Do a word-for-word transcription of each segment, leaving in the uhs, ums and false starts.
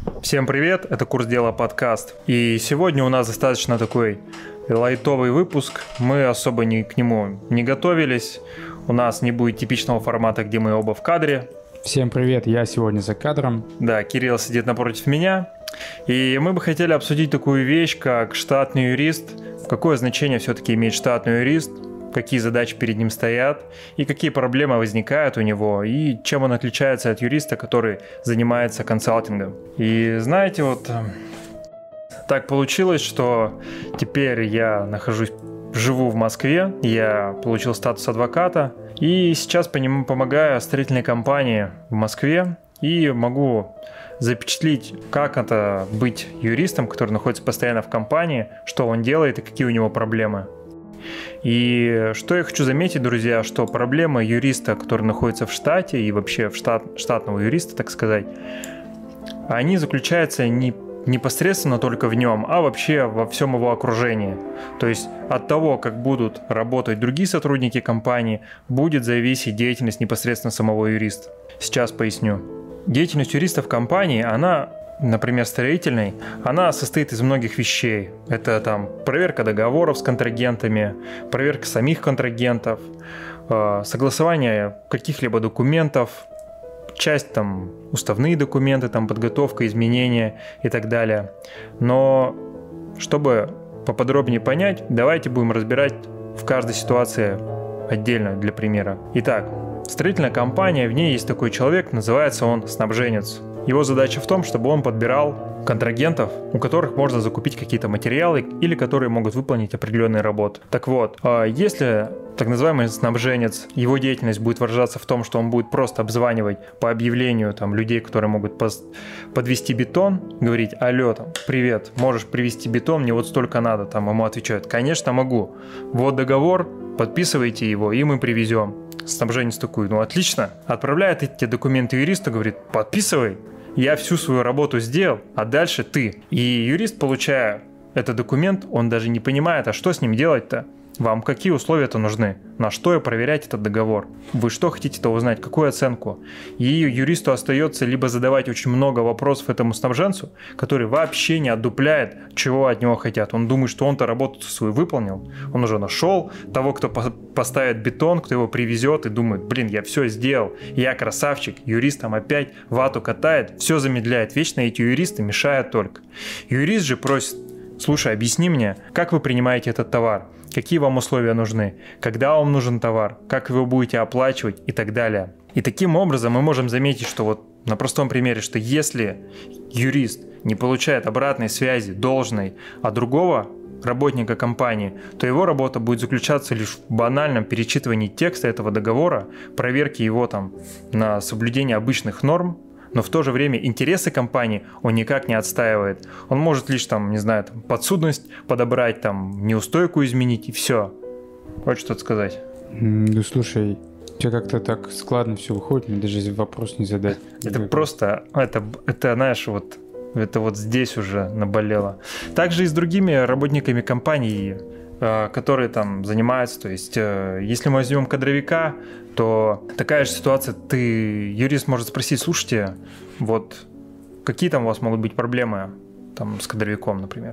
Всем привет, это Курс Дела подкаст. И сегодня у нас достаточно такой лайтовый выпуск. Мы особо не, к нему не готовились. У нас не будет типичного формата, где мы оба в кадре. Всем привет, я сегодня за кадром. Да, Кирилл сидит напротив меня. И мы бы хотели обсудить такую вещь, как штатный юрист. Какое значение все-таки имеет штатный юрист? Какие задачи перед ним стоят, и какие проблемы возникают у него, и чем он отличается от юриста, который занимается консалтингом. И знаете, вот так получилось, что теперь я нахожусь, живу в Москве, я получил статус адвоката, и сейчас по нему помогаю строительной компании в Москве, и могу запечатлеть, как это быть юристом, который находится постоянно в компании, что он делает и какие у него проблемы. И что я хочу заметить, друзья, что проблема юриста, который находится в штате и вообще в штат, штатного юриста, так сказать, они заключаются не непосредственно только в нем, а вообще во всем его окружении. То есть от того, как будут работать другие сотрудники компании, будет зависеть деятельность непосредственно самого юриста. Сейчас поясню. Деятельность юриста в компании, она... например, строительной, она состоит из многих вещей. Это там проверка договоров с контрагентами, проверка самих контрагентов, согласование каких-либо документов, часть там уставные документы, там подготовка, изменения и так далее. Но чтобы поподробнее понять, давайте будем разбирать в каждой ситуации отдельно для примера. Итак, строительная компания, в ней есть такой человек, называется он снабженец. Его задача в том, чтобы он подбирал контрагентов, у которых можно закупить какие-то материалы или которые могут выполнить определенные работы. Так вот, если так называемый снабженец, его деятельность будет выражаться в том, что он будет просто обзванивать по объявлению там, людей, которые могут подвести бетон, говорить: алло, там, привет, можешь привезти бетон, мне вот столько надо. Там ему отвечают: конечно, могу. Вот договор, подписывайте его, и мы привезем. Снабженец такой: ну отлично. Отправляет эти документы юристу, говорит: подписывай, я всю свою работу сделал, а дальше ты. И юрист, получая этот документ, он даже не понимает, а что с ним делать-то? Вам какие условия-то нужны? На что проверять этот договор? Вы что хотите-то узнать? Какую оценку? И юристу остается либо задавать очень много вопросов этому снабженцу, который вообще не отдупляет, чего от него хотят. Он думает, что он-то работу свою выполнил. Он уже нашел того, кто поставит бетон, кто его привезет, и думает: блин, я все сделал, я красавчик. Юрист там опять вату катает, все замедляет. Вечно эти юристы мешают только. Юрист же просит: слушай, объясни мне, как вы принимаете этот товар? Какие вам условия нужны, когда вам нужен товар, как вы его будете оплачивать и так далее. И таким образом мы можем заметить, что вот на простом примере, что если юрист не получает обратной связи должной от другого работника компании, то его работа будет заключаться лишь в банальном перечитывании текста этого договора, проверке его там на соблюдение обычных норм. Но в то же время интересы компании он никак не отстаивает. Он может лишь там, не знаю, там, подсудность подобрать, там, неустойку изменить, и все. Хочешь что-то сказать? Ну, слушай, у тебя как-то так складно все выходит, мне даже вопрос не задать. Это просто, это, это, знаешь, вот, это вот здесь уже наболело. Также и с другими работниками компании, которые там занимаются. То есть, если мы возьмем кадровика, то такая же ситуация, ты, юрист может спросить: слушайте, вот какие там у вас могут быть проблемы там, с кадровиком, например.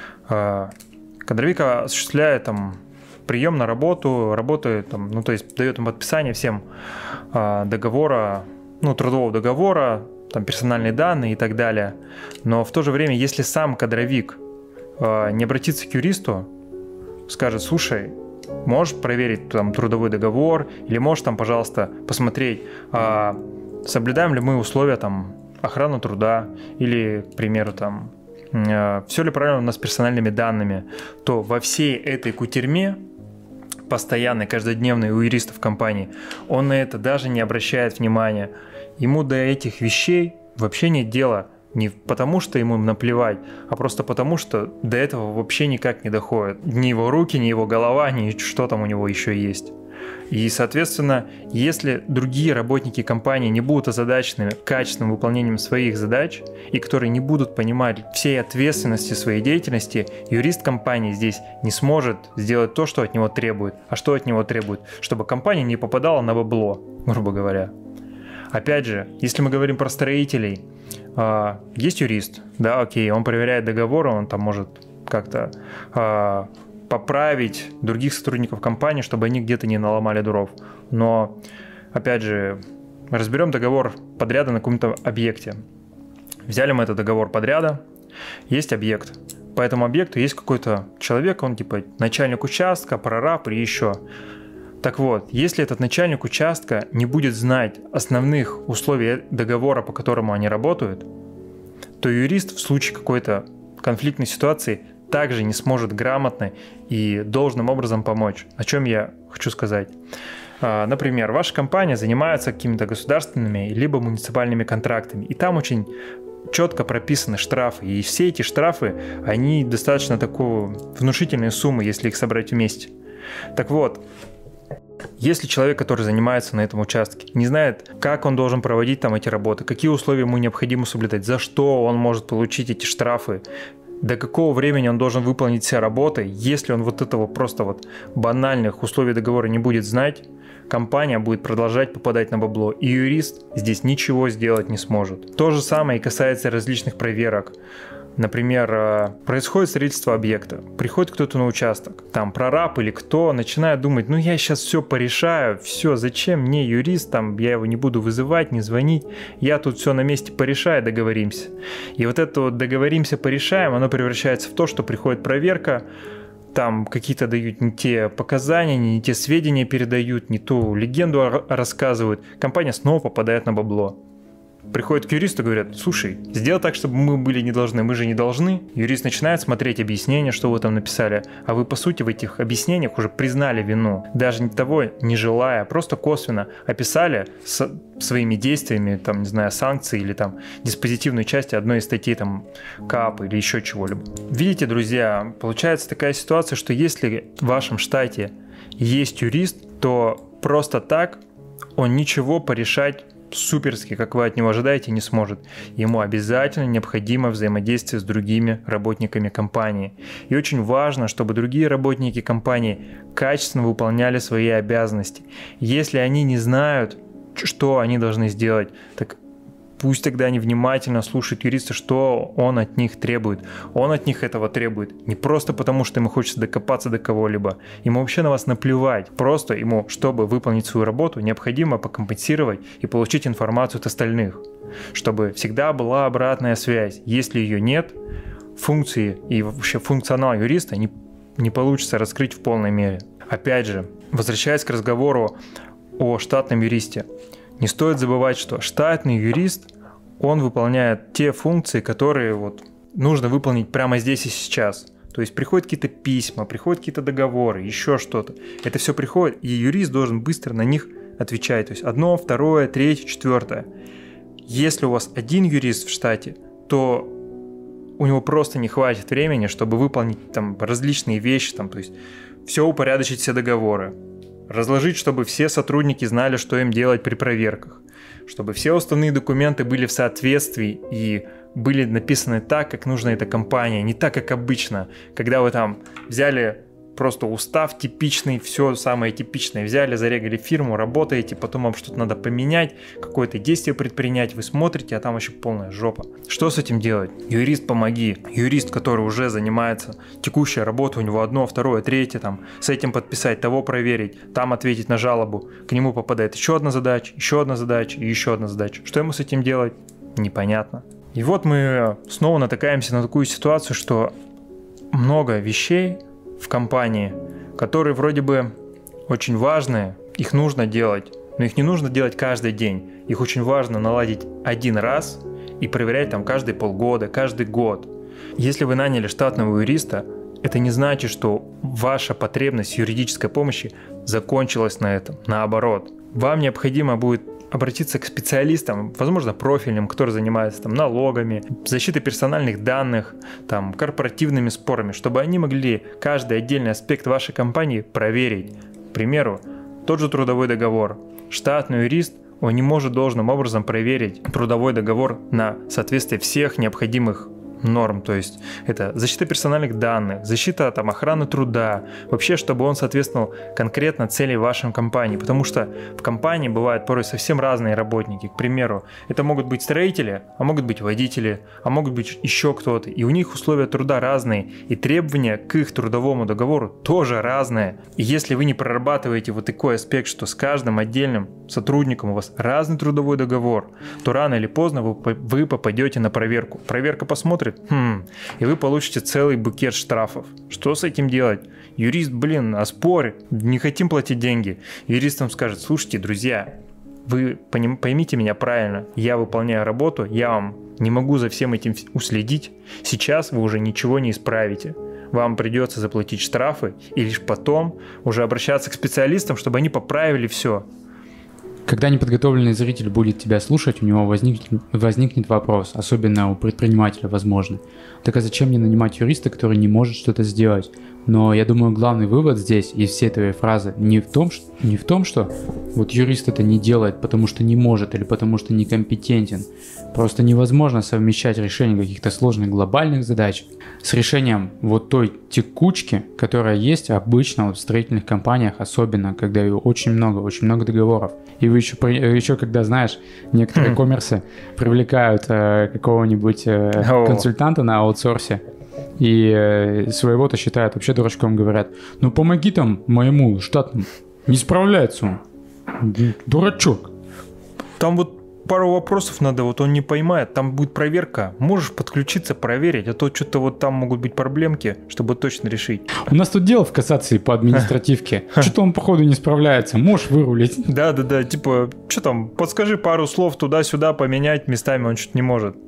Кадровик осуществляет там прием на работу, работает там, ну то есть дает им подписание всем договора, ну трудового договора, там персональные данные и так далее. Но в то же время, если сам кадровик не обратится к юристу, скажет: слушай, можешь проверить там трудовой договор, или можешь там, пожалуйста, посмотреть, а, соблюдаем ли мы условия там охраны труда, или, к примеру, там, а, все ли правильно у нас с персональными данными, то во всей этой кутерьме, постоянной, каждодневной у юристов компании, он на это даже не обращает внимания. Ему до этих вещей вообще нет дела. Не потому, что ему наплевать, а просто потому, что до этого вообще никак не доходит. Ни его руки, ни его голова, ни что там у него еще есть. И, соответственно, если другие работники компании не будут озадачены качественным выполнением своих задач и которые не будут понимать всей ответственности своей деятельности, юрист компании здесь не сможет сделать то, что от него требует. А что от него требует? Чтобы компания не попадала на бабло, грубо говоря. Опять же, если мы говорим про строителей, а, есть юрист, да, окей, он проверяет договор, он там может как-то а, поправить других сотрудников компании, чтобы они где-то не наломали дров. Но, опять же, разберем договор подряда на каком-то объекте. Взяли мы этот договор подряда, есть объект. По этому объекту есть какой-то человек, он типа начальник участка, прораб или еще. Так вот, если этот начальник участка не будет знать основных условий договора, по которому они работают, то юрист в случае какой-то конфликтной ситуации также не сможет грамотно и должным образом помочь. О чем я хочу сказать? Например, ваша компания занимается какими-то государственными либо муниципальными контрактами, и там очень четко прописаны штрафы, и все эти штрафы, они достаточно такой внушительные суммы, если их собрать вместе. Так вот, если человек, который занимается на этом участке, не знает, как он должен проводить там эти работы, какие условия ему необходимо соблюдать, за что он может получить эти штрафы, до какого времени он должен выполнить все работы, если он вот этого просто вот банальных условий договора не будет знать, компания будет продолжать попадать на бабло, и юрист здесь ничего сделать не сможет. То же самое и касается различных проверок. Например, происходит строительство объекта, приходит кто-то на участок, там прораб или кто, начинает думать, ну я сейчас все порешаю, все, зачем мне юрист, там я его не буду вызывать, не звонить, я тут все на месте порешаю, договоримся. И вот это вот договоримся, порешаем, оно превращается в то, что приходит проверка, там какие-то дают не те показания, не те сведения передают, не ту легенду рассказывают, компания снова попадает на бабло. Приходят к юристу и говорят, слушай, сделай так, чтобы мы были не должны, мы же не должны. Юрист начинает смотреть объяснения, что вы там написали, а вы, по сути, в этих объяснениях уже признали вину. Даже того не желая, просто косвенно описали с своими действиями, там, не знаю, санкции или там диспозитивную часть одной из статей там КАП или еще чего-либо. Видите, друзья, получается такая ситуация, что если в вашем штате есть юрист, то просто так он ничего порешать суперски, как вы от него ожидаете, не сможет. Ему обязательно необходимо взаимодействие с другими работниками компании. И очень важно, чтобы другие работники компании качественно выполняли свои обязанности. Если они не знают, что они должны сделать, так пусть тогда они внимательно слушают юриста, что он от них требует. Он от них этого требует не просто потому, что ему хочется докопаться до кого-либо. Ему вообще на вас наплевать. Просто ему, чтобы выполнить свою работу, необходимо покомпенсировать и получить информацию от остальных. Чтобы всегда была обратная связь. Если ее нет, функции и вообще функционал юриста не, не получится раскрыть в полной мере. Опять же, возвращаясь к разговору о штатном юристе. Не стоит забывать, что штатный юрист, он выполняет те функции, которые вот нужно выполнить прямо здесь и сейчас. То есть приходят какие-то письма, приходят какие-то договоры, еще что-то. Это все приходит, и юрист должен быстро на них отвечать. То есть одно, второе, третье, четвертое. Если у вас один юрист в штате, то у него просто не хватит времени, чтобы выполнить там различные вещи, там, то есть все упорядочить, все договоры. Разложить, чтобы все сотрудники знали, что им делать при проверках, чтобы все уставные документы были в соответствии и были написаны так, как нужно эта компания, не так, как обычно, когда вы там взяли просто устав типичный, все самое типичное, взяли, зарегали фирму, работаете, потом вам что-то надо поменять, какое-то действие предпринять, вы смотрите, а там вообще полная жопа. Что с этим делать? Юрист, помоги. Юрист, который уже занимается текущей работой, у него одно, второе, третье, там, с этим подписать, того проверить, там ответить на жалобу, к нему попадает еще одна задача, еще одна задача и еще одна задача. Что ему с этим делать? Непонятно. И вот мы снова натыкаемся на такую ситуацию, что много вещей в компании, которые вроде бы очень важные, их нужно делать, но их не нужно делать каждый день. Их очень важно наладить один раз и проверять там каждые полгода, каждый год. Если вы наняли штатного юриста, это не значит, что ваша потребность в юридической помощи закончилась на этом. Наоборот, вам необходимо будет обратиться к специалистам, возможно, профильным, которые занимаются там налогами, защитой персональных данных, там, корпоративными спорами, чтобы они могли каждый отдельный аспект вашей компании проверить. К примеру, тот же трудовой договор. Штатный юрист, он не может должным образом проверить трудовой договор на соответствие всех необходимых норм, то есть это защита персональных данных, защита там охраны труда, вообще, чтобы он соответствовал конкретно цели вашей компании, потому что в компании бывают порой совсем разные работники, к примеру, это могут быть строители, а могут быть водители, а могут быть еще кто-то, и у них условия труда разные, и требования к их трудовому договору тоже разные, и если вы не прорабатываете вот такой аспект, что с каждым отдельным сотрудником у вас разный трудовой договор, то рано или поздно вы, вы попадете на проверку, проверка посмотрит, Хм, и вы получите целый букет штрафов. Что с этим делать? Юрист, блин, оспорь, не хотим платить деньги. Юрист вам скажет: слушайте, друзья, вы поймите меня правильно, я выполняю работу, я вам не могу за всем этим уследить, сейчас вы уже ничего не исправите. Вам придется заплатить штрафы и лишь потом уже обращаться к специалистам, чтобы они поправили все. Когда неподготовленный зритель будет тебя слушать, у него возникнет, возникнет вопрос, особенно у предпринимателя, возможно. Так а зачем мне нанимать юриста, который не может что-то сделать? Но я думаю, главный вывод здесь из всей твоей фразы не в том, что, не в том, что вот юрист это не делает, потому что не может или потому что некомпетентен. Просто невозможно совмещать решение каких-то сложных глобальных задач с решением вот той текучки, которая есть обычно вот в строительных компаниях, особенно когда ее очень много, очень много договоров. И вы еще, еще когда, знаешь, некоторые mm. коммерсы привлекают э, какого-нибудь э, oh. консультанта на аутсорсе, и э, своего-то считают вообще дурачком, говорят: ну помоги там моему штатному, не справляется он, дурачок. Там вот пару вопросов надо, вот он не поймает, там будет проверка, можешь подключиться, проверить, а то что-то вот там могут быть проблемки, чтобы точно решить. У нас тут дело в кассации по административке, что-то он походу не справляется, можешь вырулить. Да-да-да, типа, что там, подскажи пару слов туда-сюда поменять местами, он что-то не может.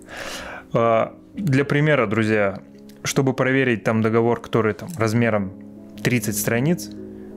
Для примера, друзья, чтобы проверить там договор, который там размером тридцать страниц,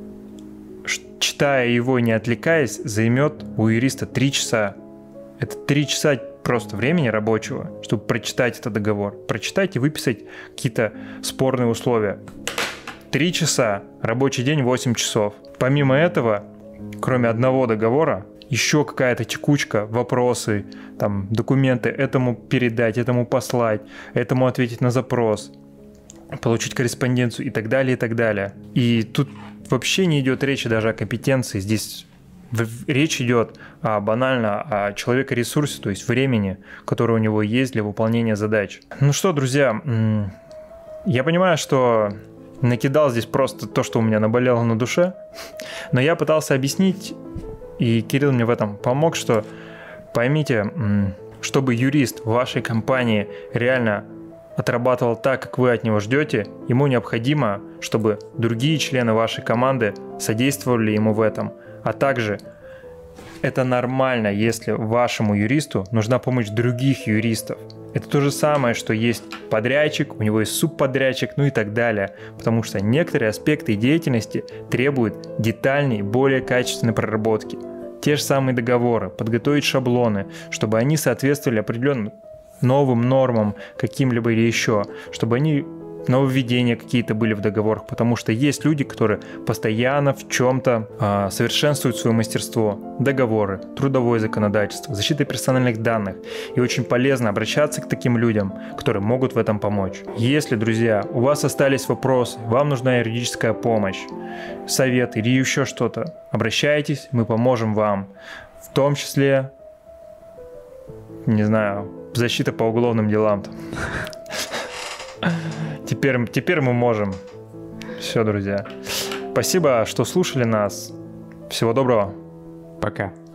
читая его и не отвлекаясь, займет у юриста три часа. Это три часа просто времени рабочего, чтобы прочитать этот договор. Прочитать и выписать какие-то спорные условия. Три часа, рабочий день восемь часов. Помимо этого, кроме одного договора, еще какая-то текучка, вопросы, там, документы этому передать, этому послать, этому ответить на запрос, получить корреспонденцию и так далее, и так далее. И тут вообще не идет речи даже о компетенции. Здесь речь идет о, банально о человеко-ресурсе, то есть времени, которое у него есть для выполнения задач. Ну что, друзья, я понимаю, что накидал здесь просто то, что у меня наболело на душе, но я пытался объяснить, и Кирилл мне в этом помог, что поймите, чтобы юрист в вашей компании реально отрабатывал так, как вы от него ждете, ему необходимо, чтобы другие члены вашей команды содействовали ему в этом. А также это нормально, если вашему юристу нужна помощь других юристов. Это то же самое, что есть подрядчик, у него есть субподрядчик, ну и так далее. Потому что некоторые аспекты деятельности требуют детальней, более качественной проработки. Те же самые договоры, подготовить шаблоны, чтобы они соответствовали определенным новым нормам, каким-либо или еще, чтобы они нововведения какие-то были в договорах, потому что есть люди, которые постоянно в чем-то а, совершенствуют свое мастерство. Договоры, трудовое законодательство, защита персональных данных. И очень полезно обращаться к таким людям, которые могут в этом помочь. Если, друзья, у вас остались вопросы, вам нужна юридическая помощь, совет или еще что-то, обращайтесь, мы поможем вам. В том числе, не знаю, защита по уголовным делам. Теперь, теперь мы можем. Все, друзья. Спасибо, что слушали нас. Всего доброго. Пока.